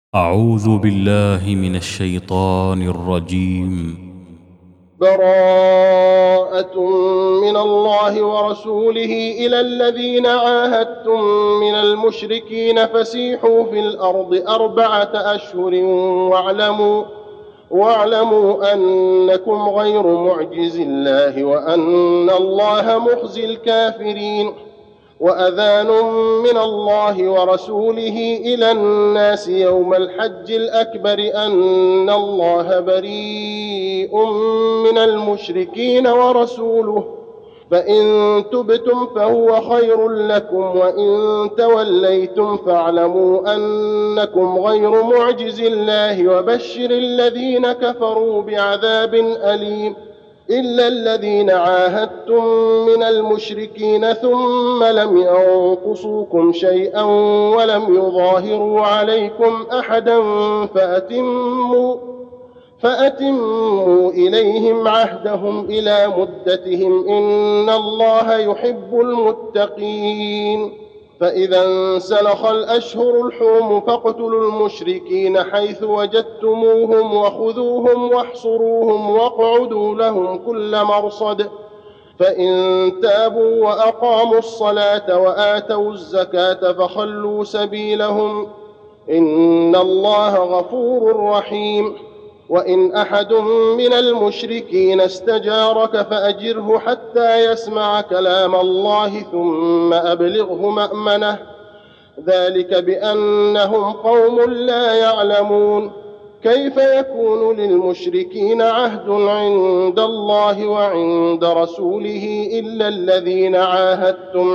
أعوذ بالله من الشيطان الرجيم. براءة من الله ورسوله إلى الذين عاهدتم من المشركين فسيحوا في الأرض 4 أشهر واعلموا أنكم غير معجز الله وأن الله مخزي الكافرين. وأذان من الله ورسوله إلى الناس يوم الحج الأكبر أن الله بريء من المشركين ورسوله، فإن تبتم فهو خير لكم، وإن توليتم فاعلموا أنكم غير معجز الله، وبشر الذين كفروا بعذاب أليم. إلا الذين عاهدتم من المشركين ثم لم ينقصوكم شيئا ولم يظاهروا عليكم أحدا فأتموا إليهم عهدهم إلى مدتهم إن الله يحب المتقين. فإذا انسلخ الأشهر الحرم فاقتلوا المشركين حيث وجدتموهم وخذوهم واحصروهم واقعدوا لهم كل مرصد، فإن تابوا وأقاموا الصلاة وآتوا الزكاة فخلوا سبيلهم إن الله غفور رحيم. وإن أحد من المشركين استجارك فأجره حتى يسمع كلام الله ثم أبلغه مأمنه، ذلك بأنهم قوم لا يعلمون. كيف يكون للمشركين عهد عند الله وعند رسوله إلا الذين عاهدتم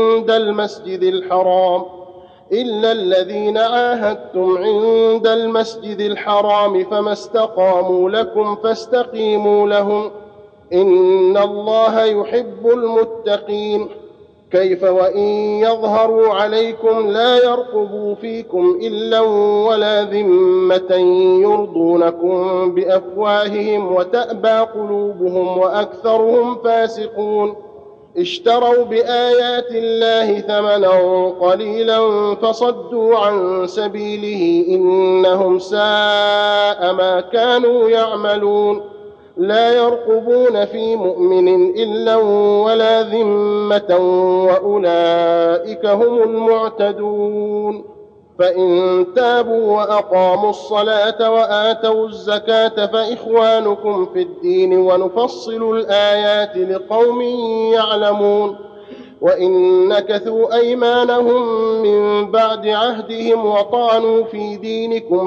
عند المسجد الحرام فما استقاموا لكم فاستقيموا لهم إن الله يحب المتقين. كيف وإن يظهروا عليكم لا يرقبوا فيكم إلا ولا ذمة يرضونكم بأفواههم وتأبى قلوبهم وأكثرهم فاسقون. اشتروا بآيات الله ثمنا قليلا فصدوا عن سبيله إنهم ساء ما كانوا يعملون. لا يرقبون في مؤمن إلا ولا ذمة وأولئك هم المعتدون. فإن تابوا وأقاموا الصلاة وآتوا الزكاة فإخوانكم في الدين ونفصل الآيات لقوم يعلمون. وإن نكثوا أيمانهم من بعد عهدهم وطعنوا في دينكم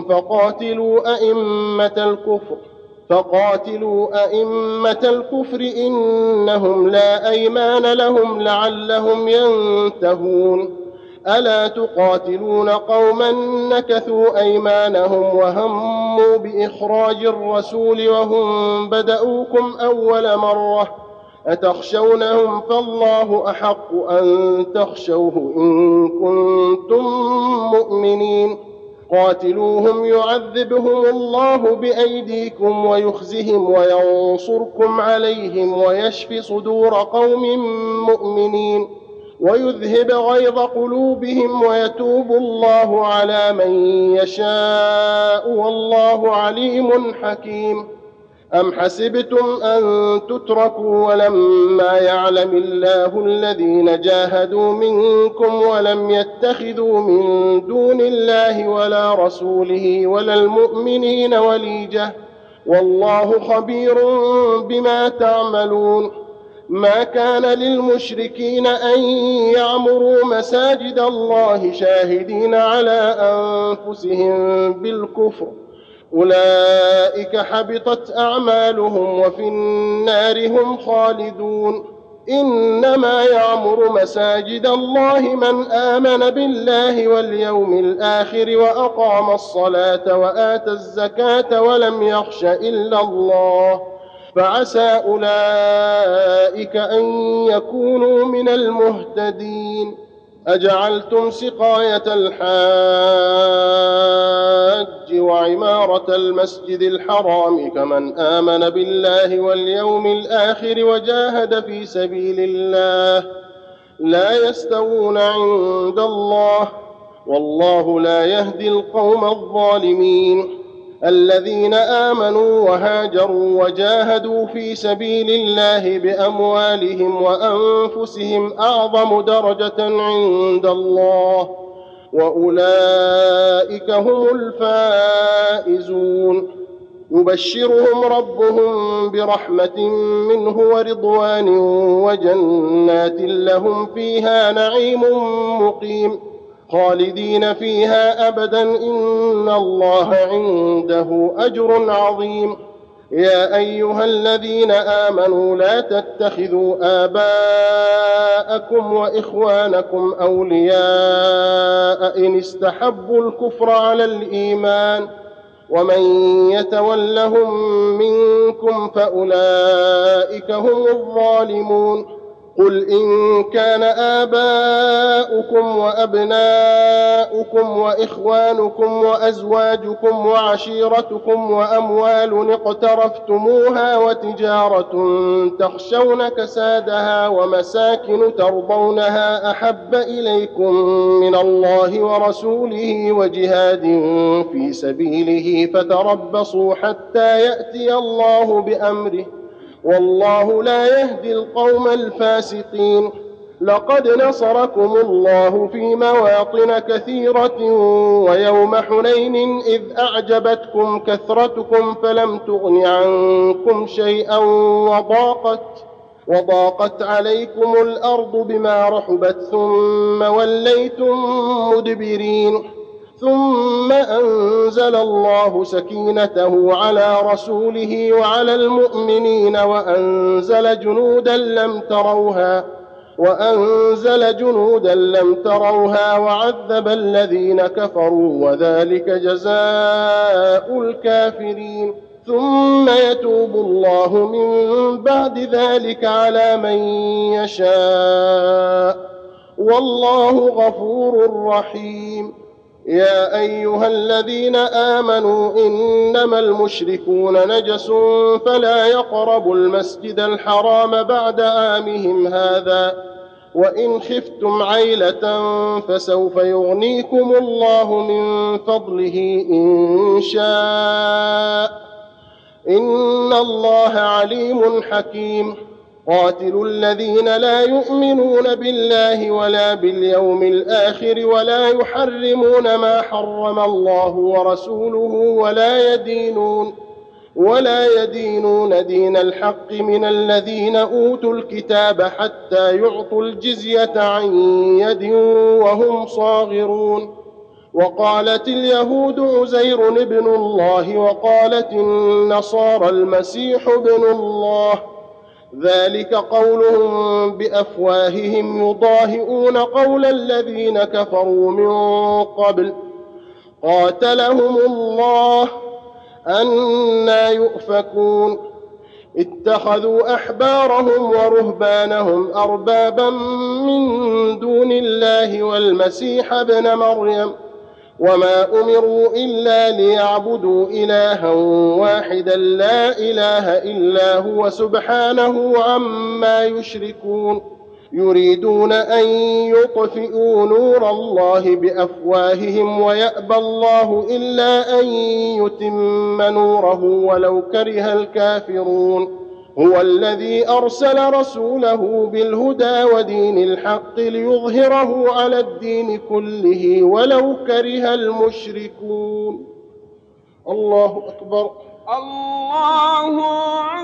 فقاتلوا أئمة الكفر إنهم لا أيمان لهم لعلهم ينتهون. ألا تقاتلون قوما نكثوا أيمانهم وهموا بإخراج الرسول وهم بدؤوكم أول مرة أتخشونهم فالله أحق أن تخشوه إن كنتم مؤمنين. قاتلوهم يعذبهم الله بأيديكم ويخزهم وينصركم عليهم ويشف صدور قوم مؤمنين ويذهب غيظ قلوبهم ويتوب الله على من يشاء والله عليم حكيم. أم حسبتم أن تتركوا ولما يعلم الله الذين جاهدوا منكم ولم يتخذوا من دون الله ولا رسوله ولا المؤمنين وليجة والله خبير بما تعملون. ما كان للمشركين أن يعمروا مساجد الله شاهدين على أنفسهم بالكفر أولئك حبطت أعمالهم وفي النار هم خالدون. إنما يعمر مساجد الله من آمن بالله واليوم الآخر وأقام الصلاة وآتى الزكاة ولم يخش إلا الله فعسى أولئك أن يكونوا من المهتدين. أجعلتم سقاية الحاج وعمارة المسجد الحرام كمن آمن بالله واليوم الآخر وجاهد في سبيل الله لا يستوون عند الله والله لا يهدي القوم الظالمين. الذين آمنوا وهاجروا وجاهدوا في سبيل الله بأموالهم وأنفسهم أعظم درجة عند الله، وأولئك هم الفائزون. يبشرهم ربهم برحمة منه ورضوان وجنات لهم فيها نعيم مقيم خالدين فيها أبدا، إن الله عنده أجر عظيم. يا أيها الذين آمنوا لا تتخذوا آباءكم وإخوانكم أولياء إن استحبوا الكفر على الإيمان، ومن يتولهم منكم فأولئك هم الظالمون. قل إن كان آباؤكم وأبناؤكم وإخوانكم وأزواجكم وعشيرتكم وأموال اقترفتموها وتجارة تخشون كسادها ومساكن ترضونها أحب إليكم من الله ورسوله وجهاد في سبيله فتربصوا حتى يأتي الله بأمره، والله لا يهدي القوم الفاسقين. لقد نصركم الله في مواطن كثيرة ويوم حنين إذ أعجبتكم كثرتكم فلم تغن عنكم شيئا وضاقت عليكم الأرض بما رحبت ثم وليتم مدبرين، ثم أنزل الله سكينته على رسوله وعلى المؤمنين وأنزل جنودا لم تروها وعذب الذين كفروا، وذلك جزاء الكافرين. ثم يتوب الله من بعد ذلك على من يشاء، والله غفور رحيم. يا أيها الذين آمنوا إنما المشركون نجس فلا يقربوا المسجد الحرام بعد عامهم هذا، وإن خفتم عيلة فسوف يغنيكم الله من فضله إن شاء، إن الله عليم حكيم. قاتلوا الذين لا يؤمنون بالله ولا باليوم الآخر ولا يحرمون ما حرم الله ورسوله ولا يدينون دين الحق من الذين أوتوا الكتاب حتى يعطوا الجزية عن يد وهم صاغرون. وقالت اليهود عزير ابن الله وقالت النصارى المسيح ابن الله، ذلك قولهم بأفواههم يضاهئون قول الذين كفروا من قبل قاتلهم الله أنى يؤفكون. اتخذوا أحبارهم ورهبانهم أربابا من دون الله والمسيح ابن مريم، وما أمروا إلا ليعبدوا إلها واحدا لا إله إلا هو سبحانه عما يشركون. يريدون أن يطفئوا نور الله بأفواههم ويأبى الله إلا أن يتم نوره ولو كره الكافرون. هو الذي أرسل رسوله بالهدى ودين الحق ليظهره على الدين كله ولو كره المشركون. الله أكبر. الله